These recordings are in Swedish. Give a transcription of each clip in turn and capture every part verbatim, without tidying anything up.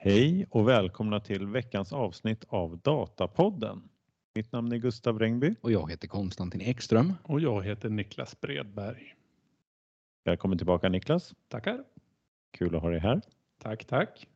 Hej och välkomna till veckans avsnitt av Datapodden. Mitt namn är Gustav Rengby. Och jag heter Konstantin Ekström. Och jag heter Niklas Bredberg. Välkommen tillbaka Niklas. Tackar. Kul att ha dig här. Tack, tack.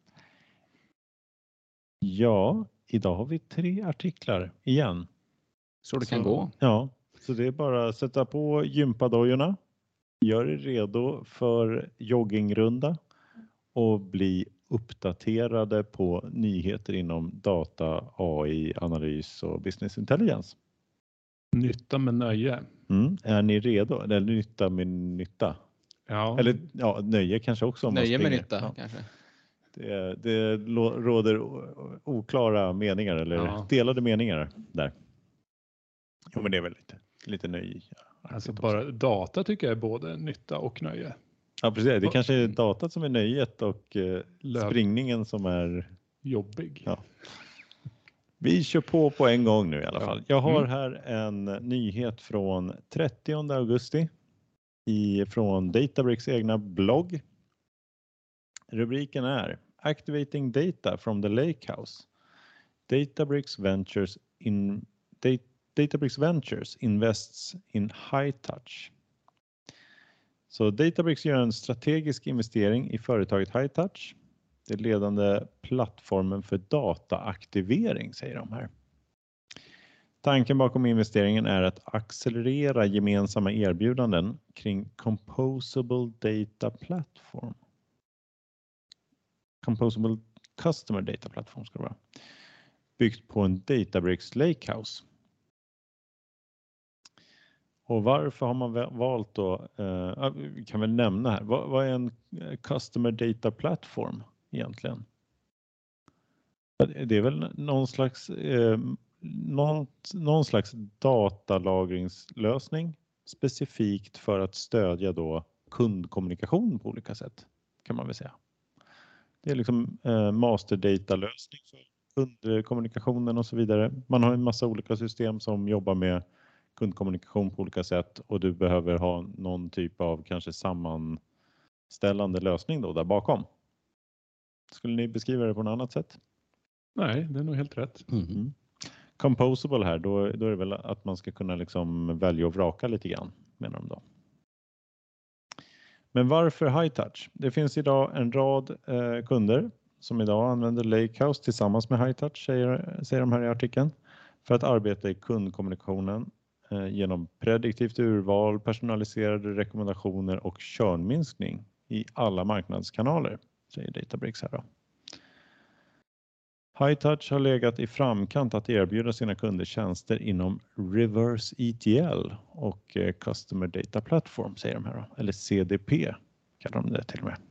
Ja, idag har vi tre artiklar igen. Så det så, kan gå. Ja, så det är bara att sätta på gympadojorna. Gör er redo för joggingrunda och bli uppdaterade på nyheter inom data, A I, analys och business intelligence. Nytta med nöje. Mm. Är ni redo? Eller nytta med nytta? Ja. Eller ja, nöje kanske också. Om Nöje man med springer. nytta Ja. kanske. Det, det råder oklara meningar eller Ja. delade meningar där. Jo, men det är väl lite, lite nöje. Alltså bara data tycker jag är både nytta och nöje. Ja, precis. Det kanske är datat som är nöjet och eh, Löp. springningen som är Jobbig. Ja. Vi kör på på en gång nu i alla Ja. fall. Jag har Mm. här en nyhet från trettionde augusti i, från Databricks egna blogg. Rubriken är Activating Data from the Lakehouse. Databricks Ventures in Dat- Databricks Ventures invests in high touch. Så Databricks gör en strategisk investering i företaget High Touch. Det är ledande plattformen för dataaktivering, säger de här. Tanken bakom investeringen är att accelerera gemensamma erbjudanden kring Composable Data Platform. Composable Customer Data Platform ska det vara. Byggt på en Databricks Lakehouse. Och varför har man valt då, eh, vi kan väl nämna här, vad, vad är en Customer Data Platform egentligen? Det är väl någon slags, eh, någon, någon slags datalagringslösning specifikt för att stödja då kundkommunikation på olika sätt, kan man väl säga. Det är liksom eh, master data-lösning för kundkommunikationen och så vidare. Man har en massa olika system som jobbar med kundkommunikation på olika sätt och du behöver ha någon typ av kanske sammanställande lösning då där bakom. Skulle ni beskriva det på något annat sätt? Nej, det är nog helt rätt. Mm. Mm. Composable här, då, då är det väl att man ska kunna liksom välja och vraka lite grann, menar de då. Men varför High Touch? Det finns idag en rad eh, kunder som idag använder Lakehouse tillsammans med High Touch, säger, säger de här i artikeln, för att arbeta i kundkommunikationen eh, genom prediktivt urval, personaliserade rekommendationer och körnminskning i alla marknadskanaler, säger Databricks här då. High Touch har legat i framkant att erbjuda sina kunder tjänster inom Reverse E T L och eh, Customer Data Platform, säger de här då. Eller C D P kallar de det till och med.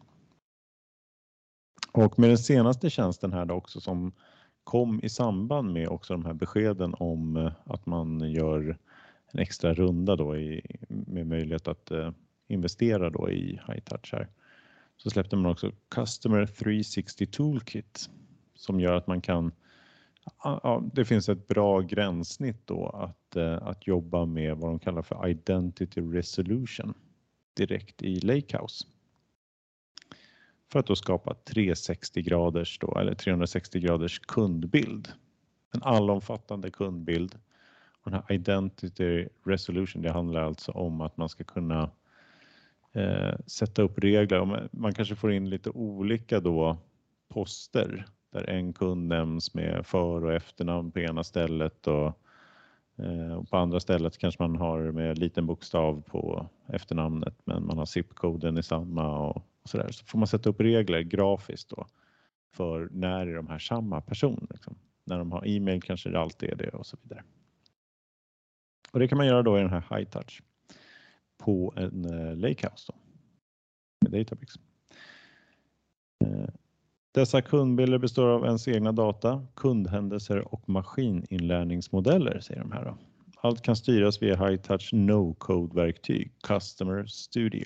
Och med den senaste tjänsten här då också som kom i samband med också de här beskeden om eh, att man gör en extra runda då i, med möjlighet att eh, investera då i High Touch här. Så släppte man också Customer tre sextio Toolkit som gör att man kan, ja, det finns ett bra gränssnitt då att, att jobba med vad de kallar för Identity Resolution direkt i Lakehouse. För att då skapa trehundrasextio graders då, eller trehundrasextio graders kundbild. En allomfattande kundbild. Och den här Identity Resolution, det handlar alltså om att man ska kunna eh, sätta upp regler. Man kanske får in lite olika då poster där en kund nämns med för- och efternamn på ena stället och, eh, och på andra stället kanske man har med liten bokstav på efternamnet men man har zip-koden i samma och, och sådär. Så får man sätta upp regler grafiskt då för när är de här samma person. Liksom. När de har e-mail kanske det alltid är det och så vidare. Och det kan man göra då i den här High Touch på en eh, Lakehouse då med Databricks. Eh, Dessa kundbilder består av ens egna data, kundhändelser och maskininlärningsmodeller, säger de här då. Allt kan styras via High Touch no-code-verktyg, Customer Studio.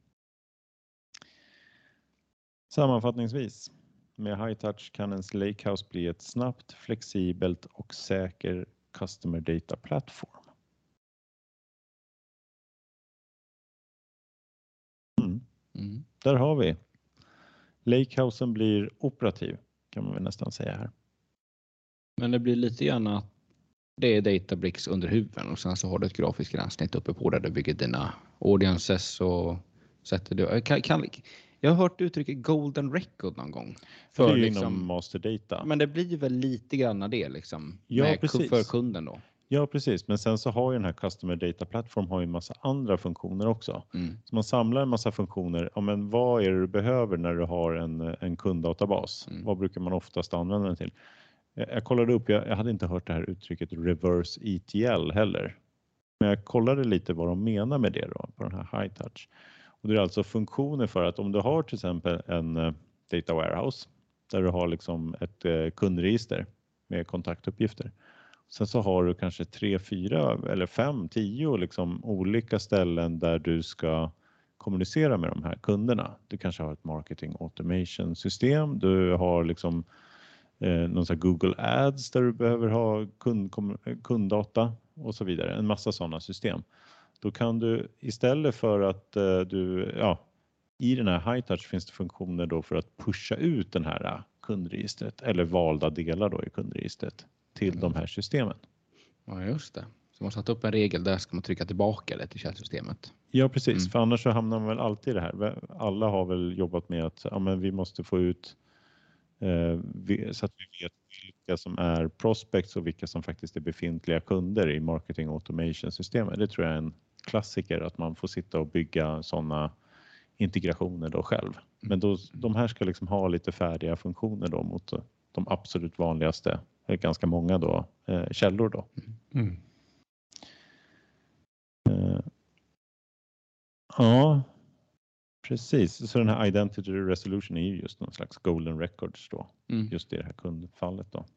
Sammanfattningsvis, med High Touch kan ens Lakehouse bli ett snabbt, flexibelt och säker Customer Data Platform. Mm. Mm. Där har vi. Lakehousen blir operativ. kan man väl nästan säga här. Men det blir lite grann att det är Databricks under huven och sen så har du ett grafiskt gränssnitt uppe på där du bygger dina audiences och sätter du. Kan, kan, jag har hört uttrycket golden record någon gång. För det är ju liksom, inom master data. Men det blir väl lite grann det liksom. Ja, med, precis. För kunden då. Ja, precis. Men sen så har ju den här Customer Data Platform har ju en massa andra funktioner också. Mm. Så man samlar en massa funktioner. Ja, men vad är det du behöver när du har en, en kunddatabas? Mm. Vad brukar man oftast använda den till? Jag, jag kollade upp, jag, jag hade inte hört det här uttrycket reverse E T L heller. Men jag kollade lite vad de menar med det då på den här high touch. Och det är alltså funktioner för att om du har till exempel en uh, data warehouse där du har liksom ett uh, kundregister med kontaktuppgifter. Sen så har du kanske tre, fyra eller fem, tio liksom olika ställen där du ska kommunicera med de här kunderna. Du kanske har ett marketing automation system. Du har liksom eh, någon sån här Google Ads där du behöver ha kund, kunddata och så vidare. En massa sådana system. Då kan du istället för att eh, du, ja, i den här high touch finns det funktioner då för att pusha ut den här kundregistret eller valda delar då i kundregistret till de här systemen. Ja, just det. Så man satt upp en regel där ska man trycka tillbaka det till källsystemet. Ja, precis. Mm. För annars så hamnar man väl alltid i det här. Alla har väl jobbat med att ja, men vi måste få ut eh, vi, så att vi vet vilka som är prospects och vilka som faktiskt är befintliga kunder i marketing automation-systemet. Det tror jag är en klassiker att man får sitta och bygga sådana integrationer då själv. Men då, de här ska liksom ha lite färdiga funktioner då mot de absolut vanligaste, ganska många då, eh, källor då. Mm. Eh, ja, precis. Så den här identity resolution är ju just någon slags golden records då. Mm. Just i det här kundfallet då.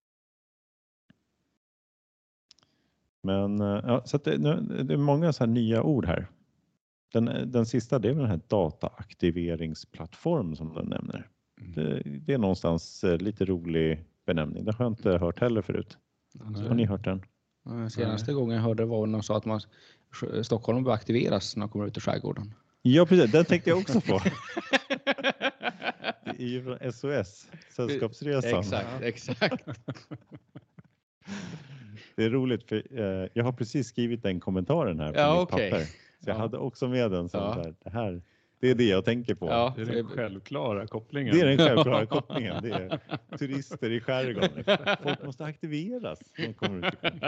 Men ja, så att det, det är många så här nya ord här. Den, den sista det är väl den här dataaktiveringsplattform som de nämner. Mm. Det, det är någonstans lite rolig benämning. Det har jag inte hört heller förut. Alltså, har ni hört den? Senaste Nej. gången jag hörde var någon sa att man, Stockholm bör aktiveras när man kommer ut i skärgården. Ja, precis. Den tänkte jag också på. Det är ju från S O S, Sällskapsresan. Exakt, exakt. Det är roligt för eh, jag har precis skrivit den kommentaren här på ja, mitt okay. papper. Så jag ja. hade också med den som ja. där, det här. Det är det jag tänker på. Ja, det är den självklara kopplingen. Det är den självklara kopplingen. Det är turister i skärgården. Folk måste aktiveras när de kommer ut i skärgården.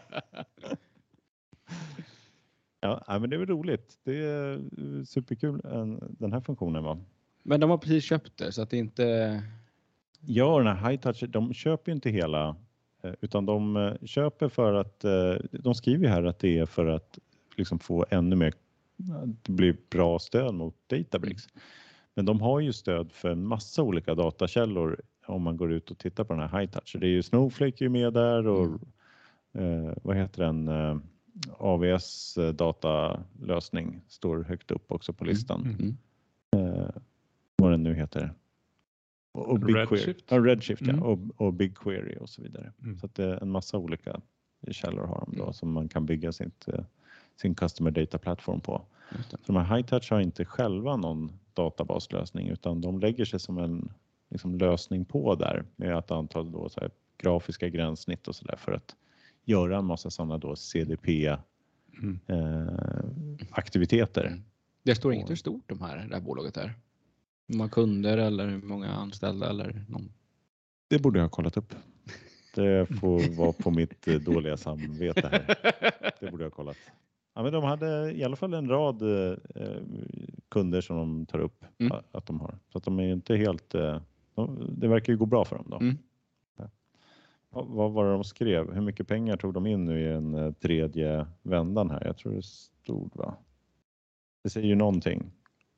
Ja, men det är väl roligt. Det är superkul den här funktionen var. Men de har precis köpt det så att det inte... Ja, den här high touch, de köper ju inte hela utan de köper för att de skriver här att det är för att liksom få ännu mer, det blir bra stöd mot Databricks. Men de har ju stöd för en massa olika datakällor om man går ut och tittar på den här high touch. Det är ju Snowflake är med där och mm. eh, vad heter den eh, A W S datalösning står högt upp också på listan. Mm. Eh, vad den nu heter. Och Redshift. Ja, Redshift mm. ja, och, och BigQuery och så vidare. Mm. Så att det är en massa olika källor har de då mm. som man kan bygga sitt, sin Customer Data Platform på. Så de här High Touch har inte själva någon databaslösning utan de lägger sig som en liksom, lösning på där med ett antal då, så här, grafiska gränssnitt och sådär för att göra en massa sådana då C D P mm. eh, aktiviteter. Mm. Det står inte hur stort de här, det här bolaget är. Hur många kunder eller hur många anställda eller någon? Det borde jag ha kollat upp. Det får vara på mitt dåliga samvete här. Det borde jag ha kollat. Ja, men de hade i alla fall en rad eh, kunder som de tar upp mm. att de har. Så att de är inte helt... Eh, de, det verkar ju gå bra för dem då. Mm. Ja. Vad var det de skrev? Hur mycket pengar tog de in nu i en eh, tredje vändan här? Jag tror det stod va? Det säger ju någonting.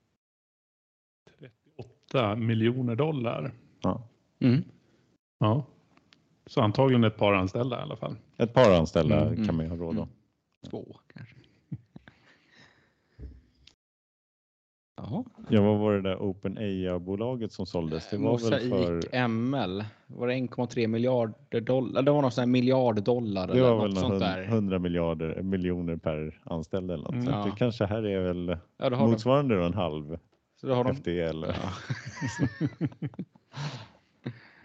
trettioåtta miljoner dollar. Ja. Mm. Ja. Så antagligen ett par anställda i alla fall. Ett par anställda mm. kan man ju ha råd om. Två kanske. Jaha. Ja, vad var det där OpenAI-bolaget som såldes? Det var Mosaik väl för... M L. Var det en komma tre miljarder dollar? Det var någon sån här miljard dollar. Det eller var något väl sånt hundra, där. hundra miljarder, miljoner per anställd eller något. Mm. Så Ja. det kanske här är väl ja, då har motsvarande då en halv Så då har F D L. Ja.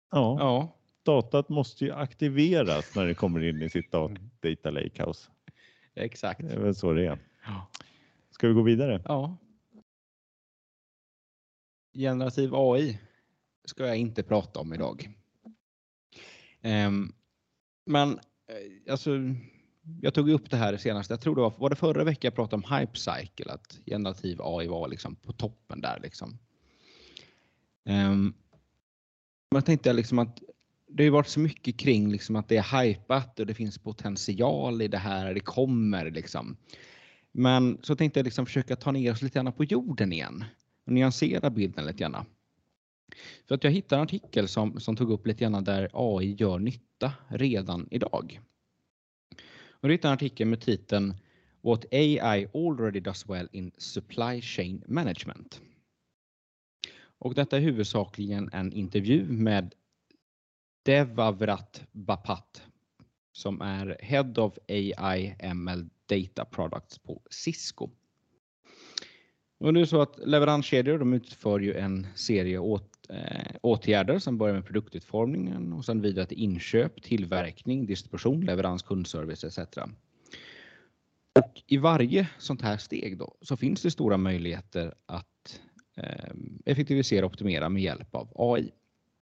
Ja, Ja, datat måste ju aktiveras när det kommer in i sitt dat- data lakehouse. exakt. Det är väl så det är. Ja. Ska vi gå vidare? Ja. Generativ A I ska jag inte prata om idag. Um, men eh, alltså, jag tog upp det här senast. Jag tror det var, var det förra veckan jag pratade om Hype Cycle, att generativ A I var liksom på toppen där liksom. Um, men jag tänkte liksom att det har varit så mycket kring liksom att det är hypat och det finns potential i det här, det kommer liksom. Men så tänkte jag liksom försöka ta ner oss lite grann på jorden igen och nyansera bilden lite grann. För att jag hittade en artikel som, som tog upp lite grann där A I gör nytta redan idag. Och det är en artikel med titeln What A I already does well in supply chain management. Och detta är huvudsakligen en intervju med Devavrat Bapat som är Head of A I M L Data Products på Cisco. Och det är så att leveranskedjor, de utför ju en serie åt, äh, åtgärder som börjar med produktutformningen och sen vidare till inköp, tillverkning, distribution, leverans, kundservice et cetera. Och i varje sånt här steg då så finns det stora möjligheter att äh, effektivisera och optimera med hjälp av A I.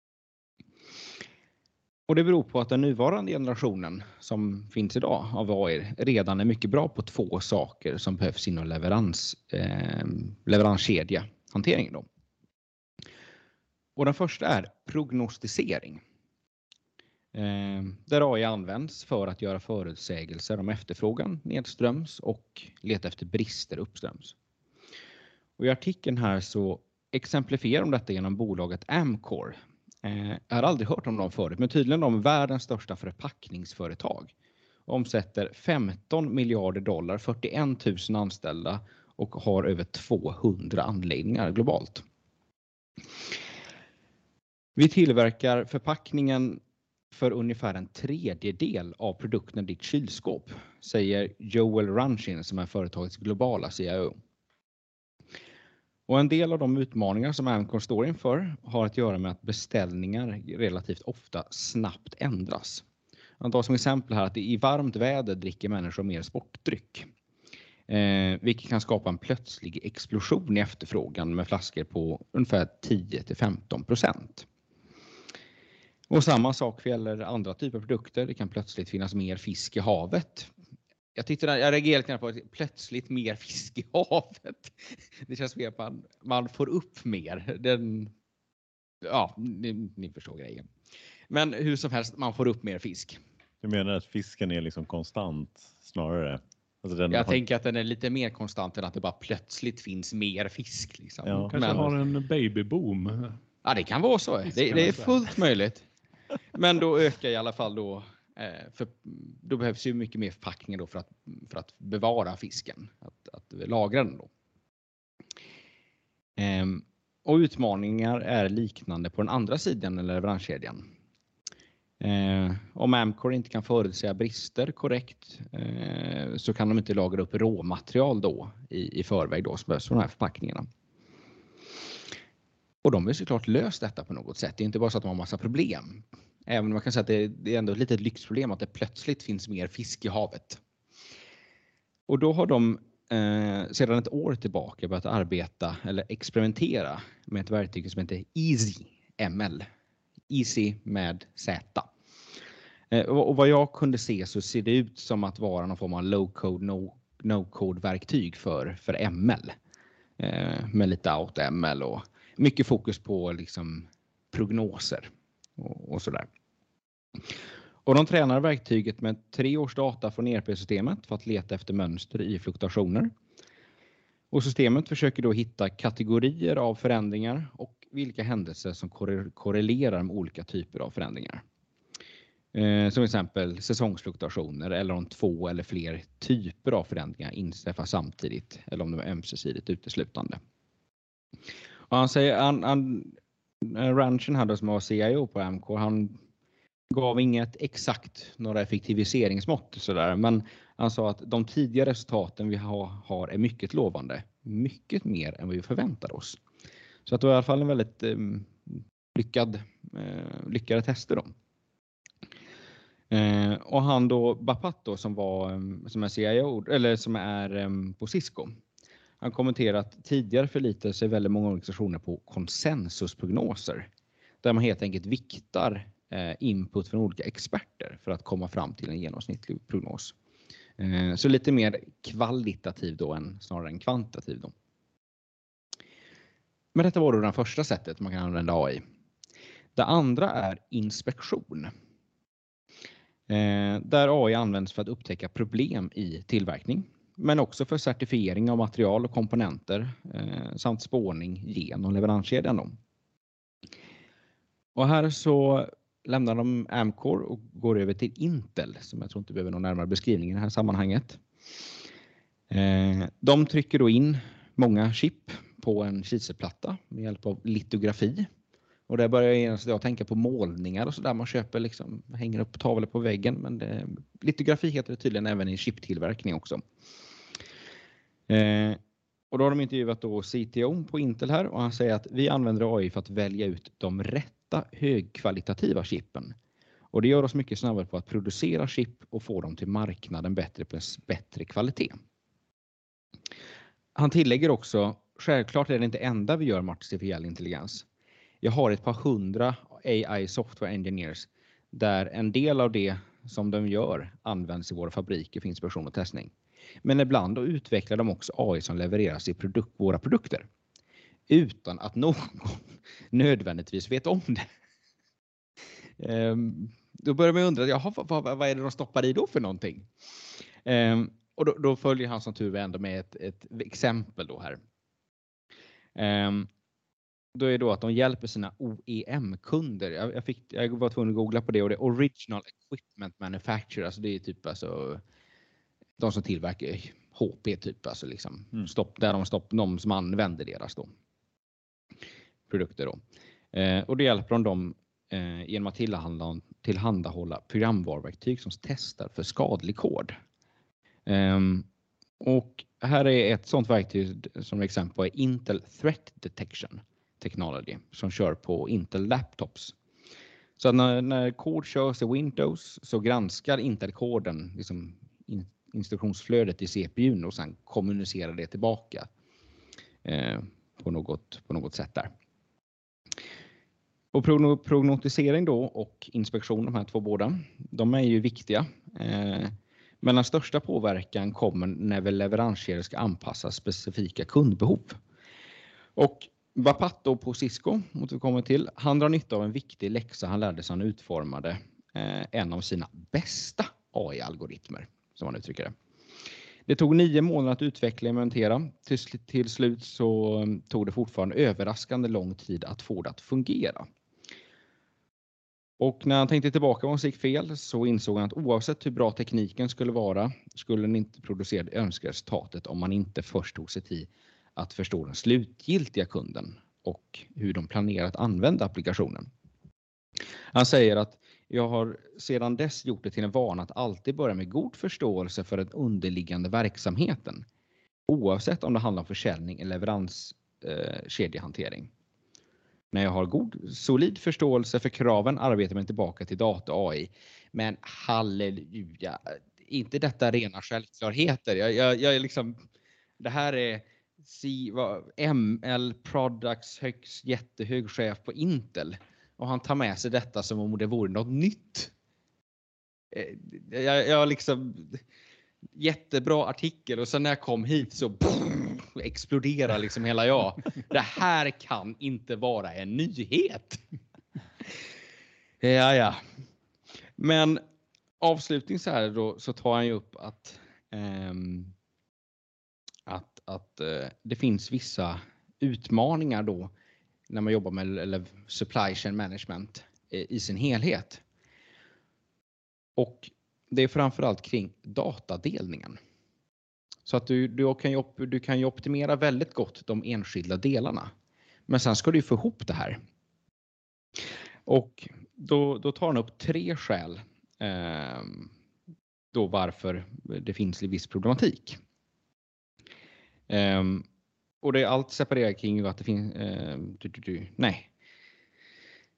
Och det beror på att den nuvarande generationen som finns idag av A I redan är mycket bra på två saker som behövs inom leverans, eh, leveranskedja hantering då. Och den första är prognostisering. Eh, där A I används för att göra förutsägelser om efterfrågan nedströms och leta efter brister uppströms. Och i artikeln här så exemplifierar de detta genom bolaget Amcor. Jag har aldrig hört om dem förut, men tydligen de är världens största förpackningsföretag. Omsätter femton miljarder dollar, fyrtioen tusen anställda och har över tvåhundra anläggningar globalt. Vi tillverkar förpackningen för ungefär en tredjedel av produkten i ditt kylskåp, säger Joel Ranchin som är företagets globala C I O. Och en del av de utmaningar som Amcor står inför har att göra med att beställningar relativt ofta snabbt ändras. Jag tar som exempel här att i varmt väder dricker människor mer sportdryck. Eh, vilket kan skapa en plötslig explosion i efterfrågan med flaskor på ungefär tio till femton procent. Och samma sak gäller andra typer av produkter. Det kan plötsligt finnas mer fisk i havet. Jag tyckte jag reagerade på att plötsligt mer fisk i havet. Det känns mer att man, man får upp mer. Den, ja, ni, ni förstår grejen. Men hur som helst, man får upp mer fisk. Du menar att fisken är liksom konstant snarare? Alltså den jag har... tänker att den är lite mer konstant än att det bara plötsligt finns mer fisk. Liksom. Ja, kanske Men, har en babyboom. Ja, det kan vara så. Det, det är fullt möjligt. Men då ökar i alla fall då. För då behövs ju mycket mer förpackningar då för att, för att bevara fisken, att, att lagra den då. Ehm, och utmaningar är liknande på den andra sidan eller leveranskedjan. Ehm, om Amcor inte kan förutsäga brister korrekt eh, så kan de inte lagra upp råmaterial då i, i förväg då som behövs för de här förpackningarna. Och de har såklart löst detta på något sätt. Det är inte bara så att de har massa problem. Även om man kan säga att det är, det är ändå ett litet lyxproblem att det plötsligt finns mer fisk i havet. Och då har de eh, sedan ett år tillbaka börjat arbeta eller experimentera med ett verktyg som heter Easy M L. Easy med Z. Eh, och, och vad jag kunde se så ser det ut som att vara någon form av low-code, no, no-code-verktyg för, för M L. Eh, med lite out-M L och mycket fokus på liksom prognoser och, och sådär. Och de tränar verktyget med tre års data från E R P-systemet för att leta efter mönster i fluktuationer. Och systemet försöker då hitta kategorier av förändringar och vilka händelser som korrelerar med olika typer av förändringar. Eh, som exempel säsongsfluktuationer eller om två eller fler typer av förändringar inträffar samtidigt eller om de är ömsesidigt uteslutande. Och han säger, han, han, Ranchin här då, som var C I O på Amcor, han gav inget exakt några effektiviseringsmått sådär, men han sa att de tidiga resultaten vi har, har är mycket lovande, mycket mer än vad vi förväntar oss. Så att det var i alla fall en väldigt um, lyckad, eh, lyckade tester då. Eh, och han då, Bapat då, som var som är C I O eller som är um, på Cisco. Han kommenterar att tidigare förlitar sig väldigt många organisationer på konsensusprognoser. Där man helt enkelt viktar eh, input från olika experter för att komma fram till en genomsnittlig prognos. Eh, så lite mer kvalitativ då än snarare än kvantitativ då. Men detta var då det första sättet man kan använda A I. Det andra är inspektion. Eh, där A I används för att upptäcka problem i tillverkning. Men också för certifiering av material och komponenter eh, samt spårning genom leveranskedjan. Då. Och här så lämnar de Amcore och går över till Intel som jag tror inte behöver någon närmare beskrivning i det här sammanhanget. Eh, de trycker då in många chip på en kiselplatta med hjälp av litografi. Och där börjar jag, jag tänka på målningar och sådär man köper liksom, hänger upp tavlor på väggen. Men det, litografi heter det tydligen även i chiptillverkning också. Eh, och då har de intervjuat då C T O på Intel här och han säger att vi använder A I för att välja ut de rätta högkvalitativa chippen. Och det gör oss mycket snabbare på att producera chip och få dem till marknaden bättre på bättre kvalitet. Han tillägger också, självklart är det inte enda vi gör med artificiell intelligens. Jag har ett par hundra A I software engineers där en del av det som de gör används i våra fabriker för inspektion och testning. Men ibland då utvecklar de också A I som levereras i produk- våra produkter. Utan att någon nödvändigtvis vet om det. Um, då börjar man undra, jaha, vad, vad är det de stoppar i då för någonting? Um, och då, då följer han som tur ändå med ett, ett exempel då här. Um, då är det då att de hjälper sina O E M-kunder. Jag, jag, fick, jag var tvungen att googla på det och det är Original Equipment Manufacturer. Alltså det är typ alltså de som tillverkar H P typ, alltså liksom mm. stopp, där de stopp, de som använder deras då produkter då. Eh, och det hjälper de dem eh, genom att tillhandahålla, tillhandahålla programvaruverktyg som testar för skadlig kod. Eh, och här är ett sådant verktyg som exempel på är Intel Threat Detection Technology som kör på Intel laptops. Så när, när kod körs i Windows så granskar Intel-koden liksom in, instruktionsflödet i C P U:n och sen kommunicerar det tillbaka eh, på, något, på något sätt där. Och prognostisering då och inspektion, de här två båda, de är ju viktiga. Eh, men den största påverkan kommer när väl leveranskedjor ska anpassa specifika kundbehov. Och Bapat då på Cisco, mot vi kommer till, han drar nytta av en viktig läxa han lärde sig han utformade eh, en av sina bästa A I-algoritmer, som man uttrycker det. Det tog nio månader att utveckla och implementera. Till, till slut så tog det fortfarande överraskande lång tid att få det att fungera. Och när han tänkte tillbaka om det gick fel så insåg han att oavsett hur bra tekniken skulle vara skulle den inte producera det önskade resultatet om man inte först tog sig tid att förstå den slutgiltiga kunden och hur de planerar att använda applikationen. Han säger att jag har sedan dess gjort det till en vana att alltid börja med god förståelse för den underliggande verksamheten. Oavsett om det handlar om försäljning eller leveranskedjehantering. Eh, När jag har god, solid förståelse för kraven arbetar man tillbaka till data A I. Men halleluja, inte detta rena självklarheter. Jag, jag, jag liksom, det här är C, vad, M L Products högst jättehög chef på Intel. Och han tar med sig detta som om det vore något nytt. Jag, jag liksom, jättebra artikel och sen när jag kom hit så pff, exploderar liksom hela jag. Det här kan inte vara en nyhet. Ja, ja. Men avslutningsvis här då så tar han ju upp att um, att, att uh, det finns vissa utmaningar då när man jobbar med eller supply chain management i sin helhet. Och det är framförallt kring datadelningen. Så att du, du, kan ju, du kan ju optimera väldigt gott de enskilda delarna. Men sen ska du få ihop det här. Och då, då tar han upp tre skäl eh, då varför det finns en viss problematik. Eh, och det är allt separerat kring att det finns... Eh, du, du, du, nej.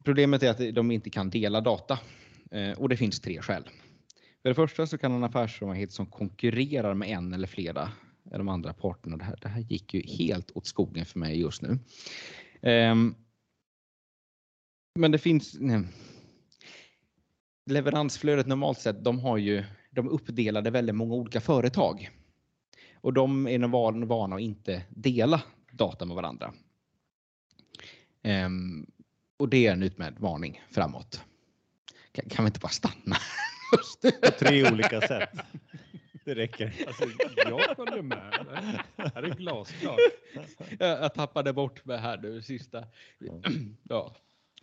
problemet är att de inte kan dela data. Eh, och det finns tre skäl. För det första så kan en affärsverksamhet som konkurrerar med en eller flera av de andra parterna. Det här, det här gick ju helt åt skogen för mig just nu. Eh, men det finns... Nej. Leveransflödet normalt sett, de har ju de uppdelade väldigt många olika företag. Och de är nog vana att inte dela data med varandra. Um, och det är en utmärkt varning framåt. Kan, kan vi inte bara stanna? På tre olika sätt. Det räcker. Alltså, jag följer med. Det här är glasklart. Jag, jag tappade bort mig här nu sista. Ja.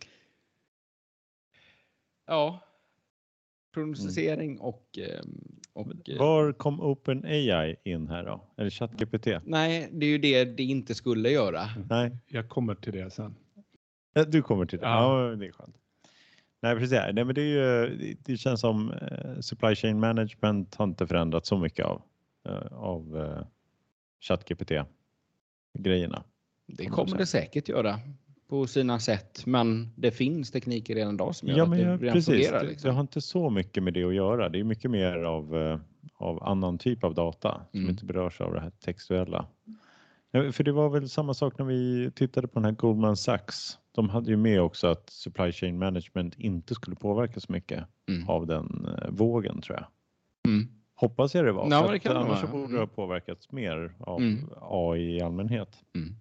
Ja. Prognostisering och, och... Var kom OpenAI in här då? Eller ChatGPT? Nej, det är ju det det inte skulle göra. Nej. Jag kommer till det sen. Du kommer till det? Ja, ja det är skönt. Nej, precis. Nej, men det, är ju, det känns som uh, supply chain management har inte förändrats så mycket av, uh, av uh, ChatGPT-grejerna. Det kommer det säkert göra på sina sätt, men det finns tekniker redan idag som gör ja, att det men redan precis. fungerar. Det, liksom. det har inte så mycket med det att göra. Det är mycket mer av, uh, av annan typ av data som Mm. inte berörs av det här textuella. Ja, för det var väl samma sak när vi tittade på den här Goldman Sachs. De hade ju med också att supply chain management inte skulle påverkas så mycket Mm. av den uh, vågen, tror jag. Mm. Hoppas jag det var. Ja, för det kan det annars vara. så borde det ha påverkats mer av Mm. A I i allmänhet. Mm.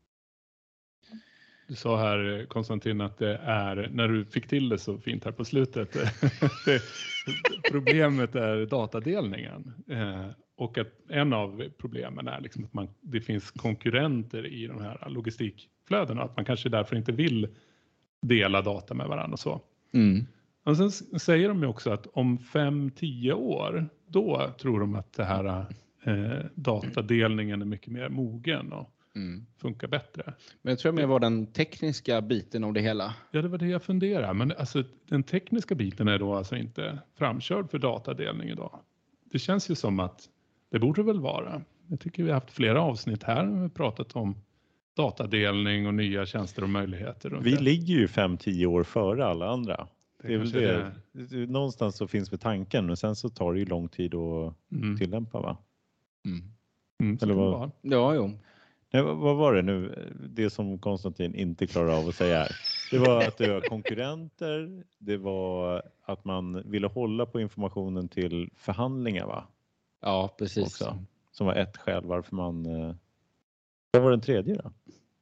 Du sa här, Konstantin, att det är, när du fick till det så fint här på slutet, det, problemet är datadelningen. Eh, och att en av problemen är liksom att man, det finns konkurrenter i de här logistikflödena. Att man kanske därför inte vill dela data med varandra och så. Mm. Och sen säger de ju också att om fem, tio år, då tror de att det här eh, datadelningen är mycket mer mogen och Mm. funkar bättre. Men jag tror mer var den tekniska biten av det hela. Ja, det var det jag funderade. Men alltså, den tekniska biten är då alltså inte framkörd för datadelning idag. Det känns ju som att det borde väl vara. Jag tycker vi har haft flera avsnitt här och vi har pratat om datadelning och nya tjänster och möjligheter. Vi det. ligger ju fem tio år före alla andra. Det, det är väl det. det. Någonstans så finns vi tanken, men sen så tar det ju lång tid att mm. tillämpa, va? Mm. Mm, Eller vad? Ja, jo. Nej, vad var det nu? Det som Konstantin inte klarar av att säga här. Det var att det var konkurrenter. Det var att man ville hålla på informationen till förhandlingar, va? Ja, precis. Också, som var ett skäl varför man... Vad var den tredje då?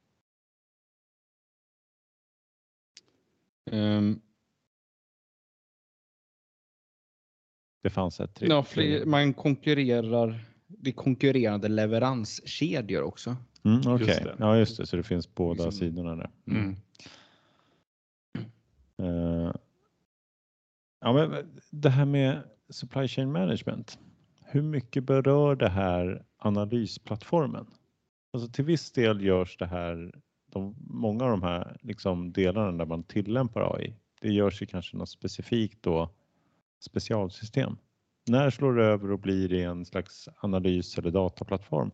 Um, det fanns ett tredje. Ja, fler, man konkurrerar... Det är konkurrerande leveranskedjor också. Mm, Okej, okay. Ja just det. Så det finns båda liksom, sidorna där. Mm. Uh, ja, men det här med supply chain management. Hur mycket berör det här analysplattformen? Alltså till viss del görs det här, de, många av de här liksom, delarna där man tillämpar A I. Det görs ju kanske något specifikt då specialsystem. När slår det över och blir det en slags analys eller dataplattform?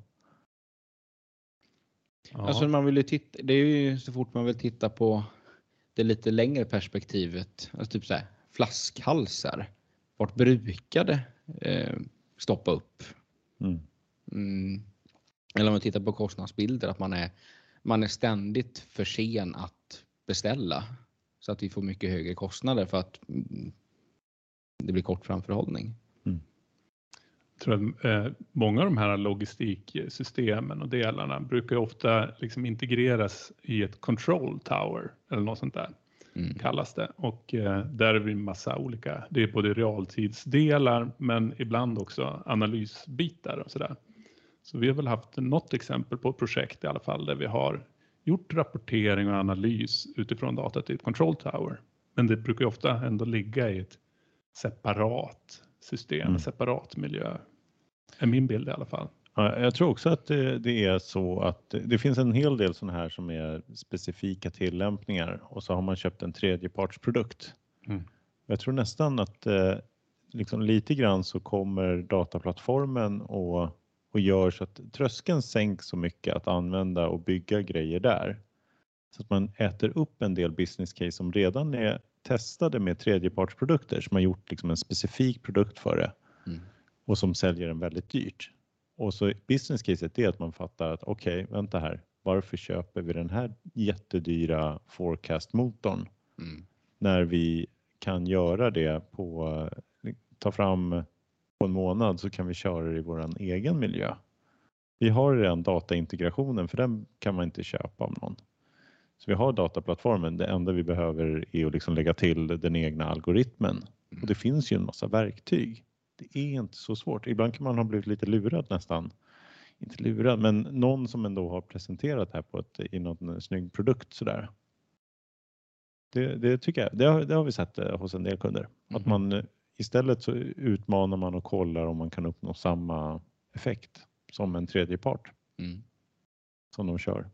Ja. Alltså man vill ju titta, det är ju så fort man vill titta på det lite längre perspektivet. Alltså typ så här, flaskhalsar. Vart brukar det eh, stoppa upp? Mm. Mm. Eller om man tittar på kostnadsbilder, att man är, man är ständigt för sen att beställa. Så att vi får mycket högre kostnader för att mm, det blir kort framförhållning. Jag tror att eh, många av de här logistiksystemen och delarna brukar ofta liksom integreras i ett control tower eller något sånt där mm. kallas det. Och eh, där är det en massa olika, det är både realtidsdelar men ibland också analysbitar och sådär. Så vi har väl haft något exempel på ett projekt i alla fall där vi har gjort rapportering och analys utifrån datat i ett control tower. Men det brukar ju ofta ändå ligga i ett separat system, mm. separat miljö. Är min bild i alla fall. Ja, jag tror också att det, det är så att det finns en hel del sådana här som är specifika tillämpningar och så har man köpt en tredjepartsprodukt. Mm. Jag tror nästan att eh, liksom lite grann så kommer dataplattformen och, och gör så att tröskeln sänks så mycket att använda och bygga grejer där. Så att man äter upp en del business case som redan är testade med tredjepartsprodukter som har gjort liksom en specifik produkt för det mm. och som säljer den väldigt dyrt. Och så business caset är att man fattar att okej, okay, vänta här, varför köper vi den här jättedyra forecast-motorn mm. när vi kan göra det på, ta fram på en månad så kan vi köra det i våran egen miljö. Vi har redan dataintegrationen för den kan man inte köpa av någon. Så vi har dataplattformen, det enda vi behöver är att liksom lägga till den egna algoritmen. Mm. Och det finns ju en massa verktyg. Det är inte så svårt. Ibland kan man ha blivit lite lurad nästan. Inte lurad, men någon som ändå har presenterat det här på ett, i någon snygg produkt sådär. Det, det tycker jag, det har, det har vi sett hos en del kunder. Mm. Att man istället så utmanar man och kollar om man kan uppnå samma effekt som en tredje part. Mm. Som de kör.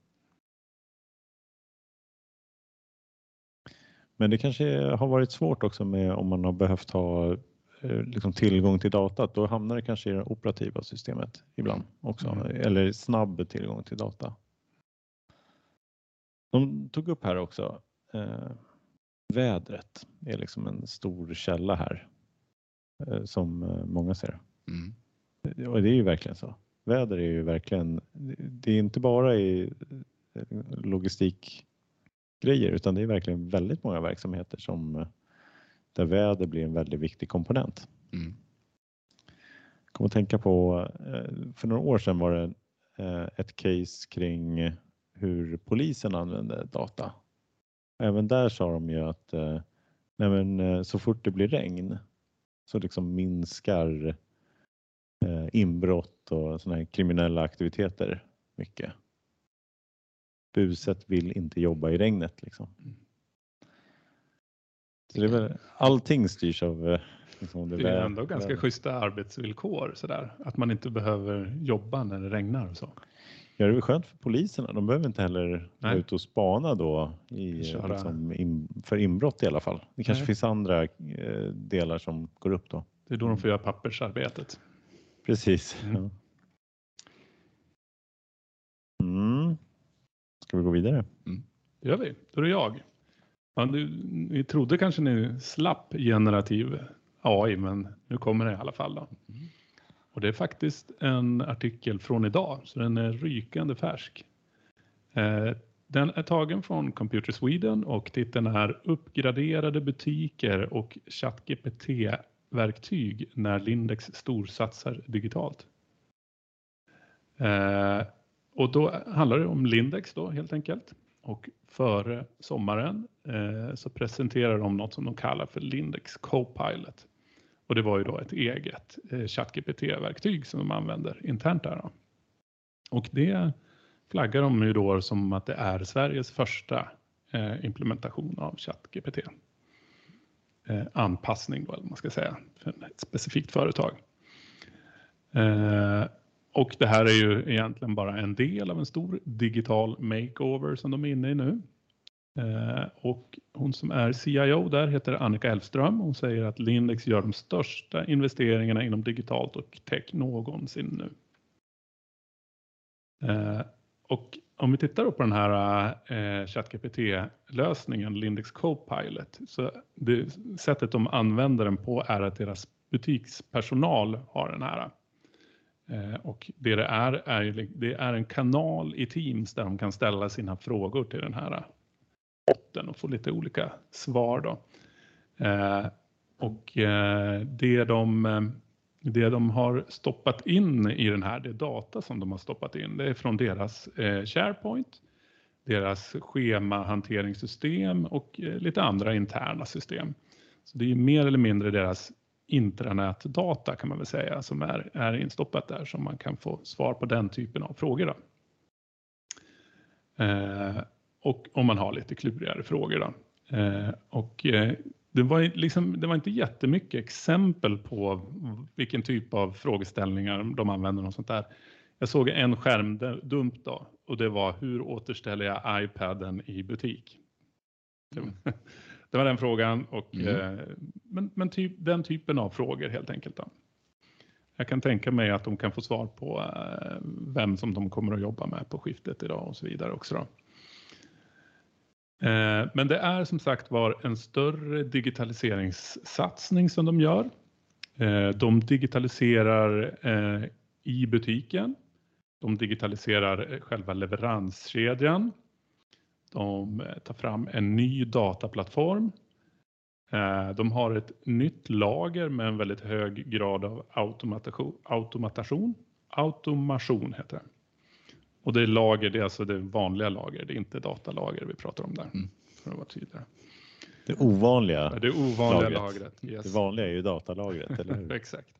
Men det kanske har varit svårt också med om man har behövt ha liksom tillgång till data. Då hamnar det kanske i det operativa systemet ibland också. Mm. Eller snabb tillgång till data. De tog upp här också. Eh, vädret är liksom en stor källa här. Eh, som många ser. Mm. Och det är ju verkligen så. Väder är ju verkligen. Det är inte bara i logistik. Grejer, utan det är verkligen väldigt många verksamheter som där väder blir en väldigt viktig komponent. Mm. Jag kommer att tänka på, för några år sedan var det ett case kring hur polisen använder data. Även där sa de ju att nej men, så fort det blir regn så liksom minskar inbrott och såna här kriminella aktiviteter mycket. Buset vill inte jobba i regnet liksom. Så det är väl, allting styrs av liksom, det, det är ändå ganska väl. Schyssta arbetsvillkor sådär. Att man inte behöver jobba när det regnar och så. Ja, det är väl skönt för poliserna. De behöver inte heller gå ut och spana då i, liksom, in, för inbrott i alla fall. Det kanske Nej. finns andra eh, delar som går upp då. Det är då de får göra pappersarbetet. Precis. Mm. Ja. Mm. Ska vi gå vidare? Mm. Det gör vi. Då är det jag. Ja, du, ni trodde kanske ni slapp generativ A I, men nu kommer det i alla fall då. Mm. Och det är faktiskt en artikel från idag, så den är rykande färsk. Eh, den är tagen från Computer Sweden och titeln är Uppgraderade butiker och ChatGPT-verktyg när Lindex storsatsar digitalt. Eh, och då handlar det om Lindex då helt enkelt. Och före sommaren eh, så presenterar de något som de kallar för Lindex Copilot. Och det var ju då ett eget eh, ChatGPT-verktyg som de använder internt där då. Och det flaggar de ju då som att det är Sveriges första eh, implementation av ChatGPT. Eh, anpassning då, eller man ska säga, för ett specifikt företag. Eh, Och det här är ju egentligen bara en del av en stor digital makeover som de är inne i nu. Eh, och hon som är C I O där heter Annika Elfström. Hon säger att Lindex gör de största investeringarna inom digitalt och tech någonsin nu. Eh, och om vi tittar på den här eh, ChatGPT-lösningen, Lindex Copilot, så det sättet de använder den på är att deras butikspersonal har den här. Eh, och det det är, är, det är en kanal i Teams där de kan ställa sina frågor till den här botten och få lite olika svar då. Eh, och eh, det, de, det de har stoppat in i den här, det data som de har stoppat in, det är från deras eh, SharePoint, deras schemahanteringssystem och eh, lite andra interna system. Så det är mer eller mindre deras intranätdata kan man väl säga som är, är instoppat där, som man kan få svar på den typen av frågor då. Eh, och om man har lite klurigare frågor då. Eh, och eh, det var liksom, det var inte jättemycket exempel på vilken typ av frågeställningar de använder och sånt där. Jag såg en skärmdump då, och det var: hur återställer jag iPaden i butik? Mm. Det var den frågan, och, mm. eh, men, men typ, den typen av frågor helt enkelt då. Jag kan tänka mig att de kan få svar på eh, vem som de kommer att jobba med på skiftet idag och så vidare också då. Eh, men det är som sagt var en större digitaliseringssatsning som de gör. Eh, de digitaliserar eh, i butiken. De digitaliserar själva leveranskedjan. De tar fram en ny dataplattform. De har ett nytt lager med en väldigt hög grad av automation. Automation, automation heter det. Och det är lager, det är alltså det vanliga lager. Det är inte datalager vi pratar om där. Mm. För att vara tydligare. Det ovanliga, ja, det ovanliga lagret. lagret. Yes. Det vanliga är ju datalagret, eller hur? Exakt.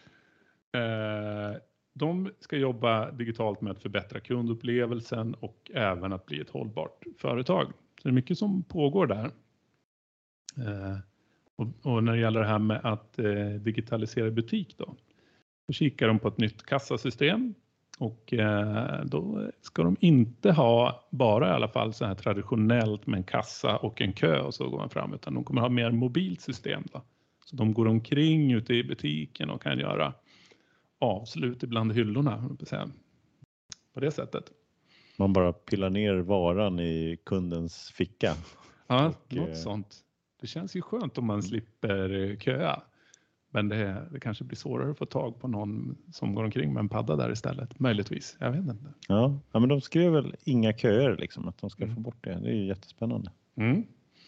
De ska jobba digitalt med att förbättra kundupplevelsen och även att bli ett hållbart företag. Så det är mycket som pågår där. Eh, och, och när det gäller det här med att eh, digitalisera butik då, då kikar de på ett nytt kassasystem och eh, då ska de inte ha bara i alla fall så här traditionellt med en kassa och en kö och så går man fram, utan de kommer ha mer mobilt system då. Så de går omkring ute i butiken och kan göra avslut ibland hyllorna på det sättet. Man bara pillar ner varan i kundens ficka. Ja, och, något eh... sånt. Det känns ju skönt om man slipper köa. Men det, det kanske blir svårare att få tag på någon som går omkring med en padda där istället. Möjligtvis, jag vet inte. Ja, ja men de skrev väl inga köer liksom, att de ska mm. få bort det. Det är ju jättespännande. Mm.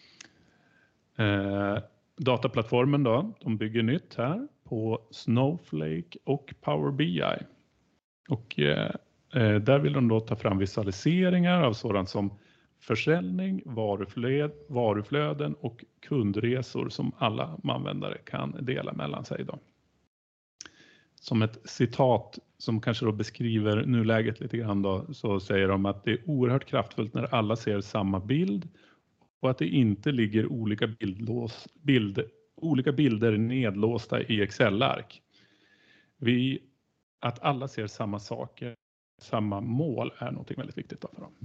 Eh, dataplattformen då, de bygger nytt här på Snowflake och Power B I. Och eh, där vill de då ta fram visualiseringar av sådant som försäljning, varuflöd, varuflöden och kundresor som alla användare kan dela mellan sig då. Som ett citat som kanske då beskriver nuläget lite grann då, så säger de att det är oerhört kraftfullt när alla ser samma bild och att det inte ligger olika, bildlås, bild, olika bilder nedlåsta i Excel-ark. Vi, att alla ser samma saker, samma mål är något väldigt viktigt då för dem.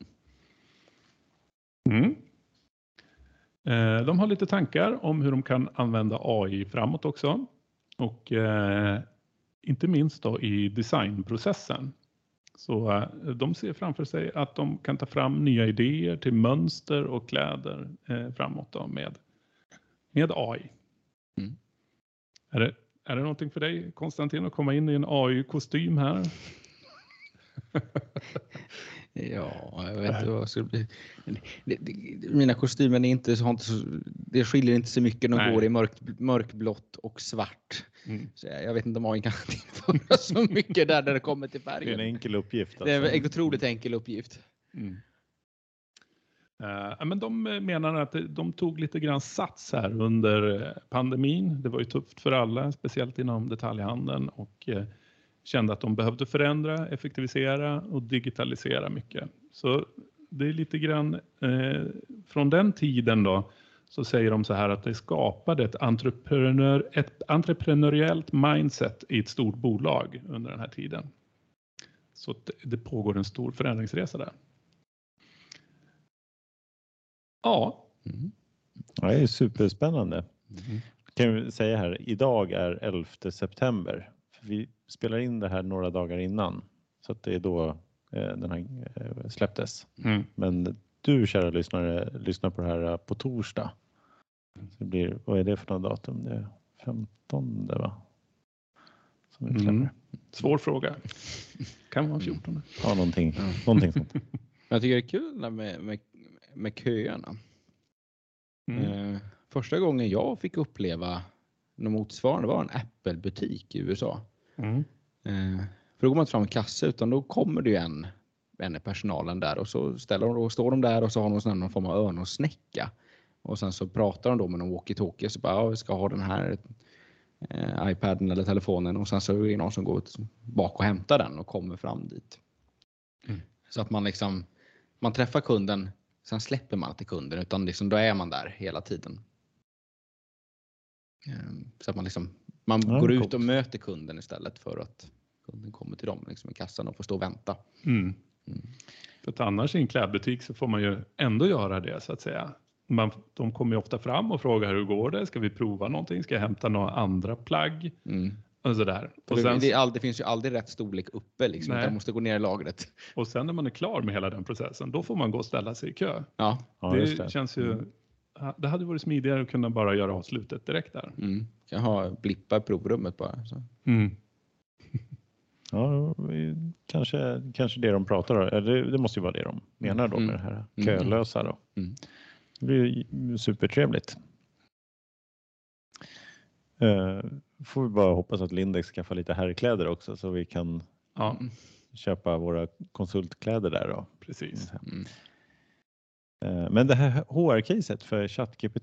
Mm. Eh, de har lite tankar om hur de kan använda A I framåt också. Och eh, inte minst då i designprocessen. Så eh, de ser framför sig att de kan ta fram nya idéer till mönster och kläder eh, framåt då med, med A I. Mm. Är det, är det någonting för dig, Konstantin, att komma in i en A I-kostym här? Ja, jag vet inte vad det skulle bli. Mina kostymer är inte så, det skiljer inte så mycket. De Nej. går i mörk, mörkblått och svart. Mm. Så jag vet inte om A I kan tillföra så mycket där när det kommer till färgen. Det är en enkel uppgift. Alltså. Det är en otroligt enkel uppgift. Mm. Uh, men de menar att de tog lite grann sats här under pandemin. Det var ju tufft för alla, speciellt inom detaljhandeln, och uh, kände att de behövde förändra, effektivisera och digitalisera mycket. Så det är lite grann eh, från den tiden då, så säger de så här att det skapade ett, entreprenör, ett entreprenöriellt mindset i ett stort bolag under den här tiden. Så det, det pågår en stor förändringsresa där. Ja. Mm. Ja, det är superspännande. Mm. Kan vi säga här, idag är elfte september. Vi spelar in det här några dagar innan, så att det är då eh, den här eh, släpptes. Mm. Men du, kära lyssnare, lyssnar på det här på torsdag. Så det blir, vad är det för något datum? Det är femtonde, va? Som vi mm. Svår fråga. Kan vara fjortonde. Ja, någonting, mm. någonting sånt. Jag tycker det är kul med, med, med köerna. Mm. Eh, första gången jag fick uppleva något motsvarande var en Apple-butik i U S A. Mm. Eh, för då går man inte fram en kassa, utan då kommer det ju en, en i personalen där, och så ställer de, och står de där och så har de sån någon form av öronsnäcka. Och sen så pratar de då med någon walkie-talkie, så bara, ja, vi ska ha den här eh, iPaden eller telefonen, och sen så är det någon som går bak och hämtar den och kommer fram dit. Mm. Så att man liksom, man träffar kunden, sen släpper man till kunden, utan liksom, då är man där hela tiden. Så att man liksom, man ja, går ut och möter kunden istället för att kunden kommer till dem liksom i kassan och får stå och vänta. Mm. Mm. För att annars i en klädbutik så får man ju ändå göra det, så att säga. Man, de kommer ju ofta fram och frågar hur går det? Ska vi prova någonting? Ska jag hämta några andra plagg? Mm. Och sådär. Och det, sen, det, är all, det finns ju aldrig rätt storlek uppe liksom. Nej. Man måste gå ner i lagret. och sen när man är klar med hela den processen, då får man gå och ställa sig i kö. Ja. Ja, det, just det. känns ju... Mm. Det hade varit smidigare att kunna bara göra avslutet direkt där. Mm. Kan ha blippa i provrummet bara. Så. Mm. Ja, kanske, kanske det de pratar om. Eller det måste ju vara det de menar då Mm. med det här Mm. kölösa då. Mm. Det blir supertrevligt. Uh, får vi bara hoppas att Lindex skaffar lite herrkläder också så vi kan Ja, köpa våra konsultkläder där då. precis. Mm. Uh, men det här H R-caset för ChatGPT.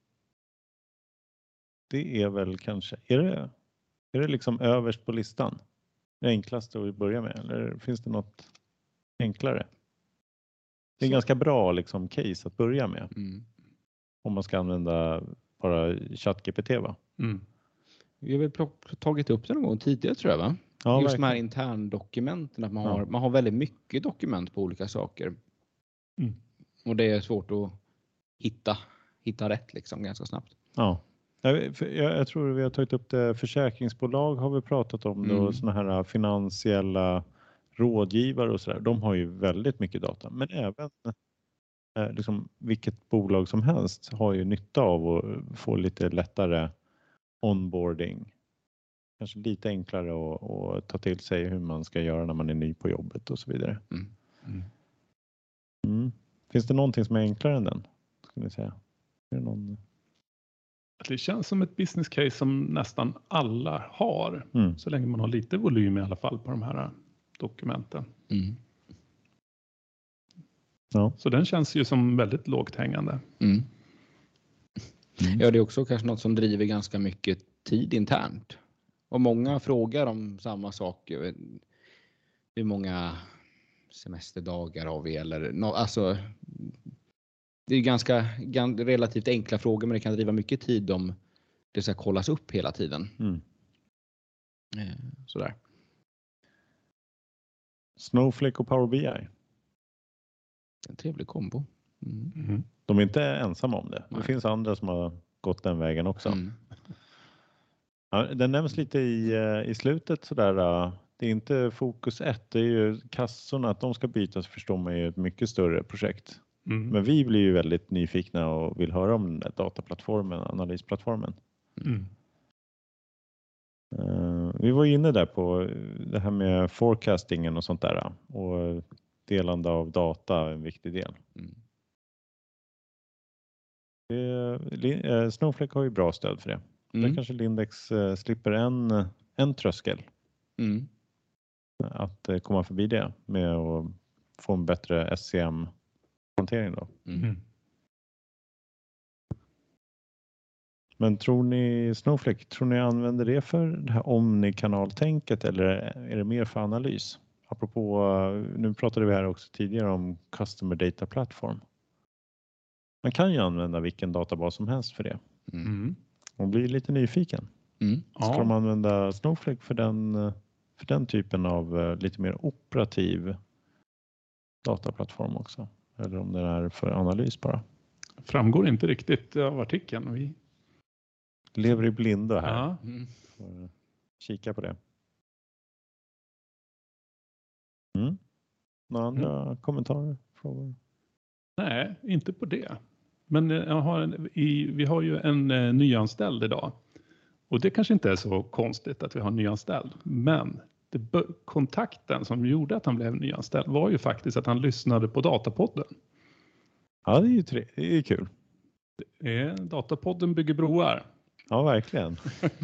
Det är väl kanske, är det, är det liksom överst på listan? Det enklaste att börja med, eller finns det något enklare? Det är en Så. ganska bra liksom case att börja med. Mm. Om man ska använda bara ChatGPT, va? Mm. Vi har väl pl- tagit upp det någon gång tidigare tror jag, va? Ja, Just de här verkligen. interndokumenten, att man, Ja. har, man har väldigt mycket dokument på olika saker. Mm. Och det är svårt att hitta, hitta rätt liksom ganska snabbt. Ja. Jag, för jag, jag tror vi har tagit upp det. Försäkringsbolag har vi pratat om det Mm. och såna här finansiella rådgivare och sådär. De har ju väldigt mycket data. Men även eh, liksom, vilket bolag som helst har ju nytta av att få lite lättare onboarding. Kanske lite enklare att, att ta till sig hur man ska göra när man är ny på jobbet och så vidare. Mm. Mm. Mm. Finns det någonting som är enklare än den? Ska ni säga? Är det någon... Det känns som ett business case som nästan alla har. Mm. Så länge man har lite volym i alla fall på de här dokumenten. Mm. Ja. Så den känns ju som väldigt lågt hängande. Mm. Mm. Ja, det är också kanske något som driver ganska mycket tid internt. Och många frågar om samma sak. Hur många semesterdagar har vi? Eller, no, alltså, det är ganska gan, relativt enkla frågor, men det kan driva mycket tid om det ska kollas upp hela tiden. Mm. Eh, sådär. Snowflake och Power B I. En trevlig kombo. Mm. Mm. De är inte ensamma om det. Nej. Det finns andra som har gått den vägen också. Mm. Ja, den nämns lite i, eh, i slutet sådär. eh, Det är inte fokus ett. Det är ju kassorna, att de ska bytas, förstår man ju, ett mycket större projekt. Mm. Men vi blir ju väldigt nyfikna och vill höra om den där dataplattformen, analysplattformen. Mm. Uh, vi var inne där på det här med forecastingen och sånt där. Och delande av data är en viktig del. Mm. Det, eh, Snowflake har ju bra stöd för det. Mm. Där kanske Lindex eh, slipper en, en tröskel. Mm. Att eh, komma förbi det med att få en bättre S C M-hantering då. Mm. Mm. Men tror ni Snowflake, tror ni använder det för det här omnikanaltänket eller är det mer för analys? Apropå, nu pratade vi här också tidigare om Customer Data Platform. Man kan ju använda vilken databas som helst för det. Mm. Mm. Man blir lite nyfiken. Mm. Ska Ja. de använda Snowflake för den, för den typen av eh, lite mer operativ dataplattform också? Eller om den är för analys bara? Framgår inte riktigt av artikeln. Vi... Lever i blindo här. Ja. Mm. Får kika på det. Mm. Några andra Mm. kommentarer? Frågor? Nej, inte på det. Men eh, jag har en, i, vi har ju en eh, nyanställd idag. Och det kanske inte är så konstigt att vi har en nyanställd. Men det, bö- kontakten som gjorde att han blev nyanställd var ju faktiskt att han lyssnade på Datapodden. Ja, det är ju tre- det är kul. Eh, Datapodden bygger broar. Ja, verkligen.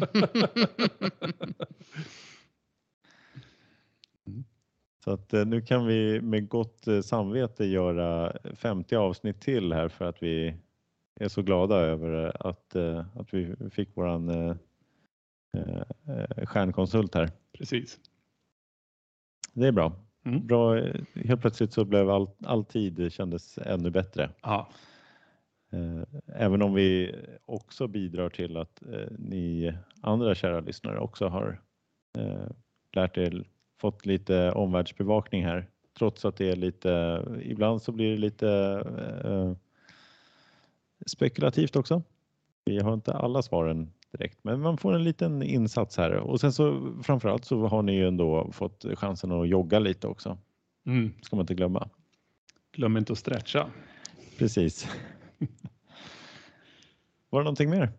Så att eh, nu kan vi med gott eh, samvete göra femtio avsnitt till här för att vi är så glada över att, eh, att vi fick våran eh, eh, stjärnkonsult här. Precis. Det är bra. Mm. Bra. eh, Helt plötsligt så blev all, all tid kändes ännu bättre. Ja. Eh, Även om vi också bidrar till att eh, ni andra kära lyssnare också har eh, lärt er, fått lite omvärldsbevakning här. Trots att det är lite, ibland så blir det lite eh, spekulativt också. Vi har inte alla svaren direkt, men man får en liten insats här. Och sen så framförallt så har ni ju ändå fått chansen att jogga lite också. Mm. Ska man inte glömma. Glöm inte att stretcha. Precis. Var det någonting mer?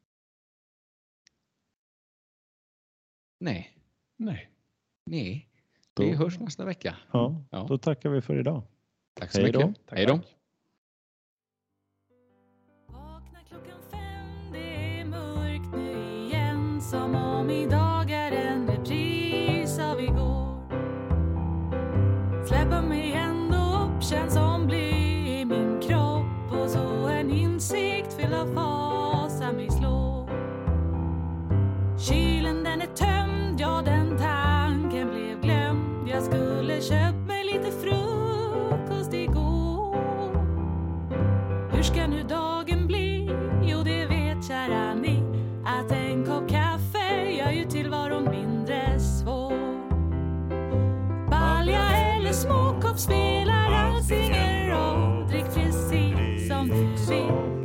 Nej. Nej. Nej. Vi Då- hörs nästa vecka. Ja, Ja. då tackar vi för idag. Tack så Hej då. mycket. Tack, Hej då. tack. Vakna klockan fem, det är mörkt nu igen. Som om idag är en repris av igår. Släppa mig ändå upp, känns som bly i min kropp. Och så en insikt fylld av fasa mig slår. Kylen den är tömd, ja den tanken blev glömd. Jag skulle köpt mig lite frukost igår. Hur ska nu dagen bli? Jo, det vet kära ni, att en kopp kaffe gör ju tillvaron mindre svår. Balja eller småkopp spelar alls ingen roll. Drick precis som du vill.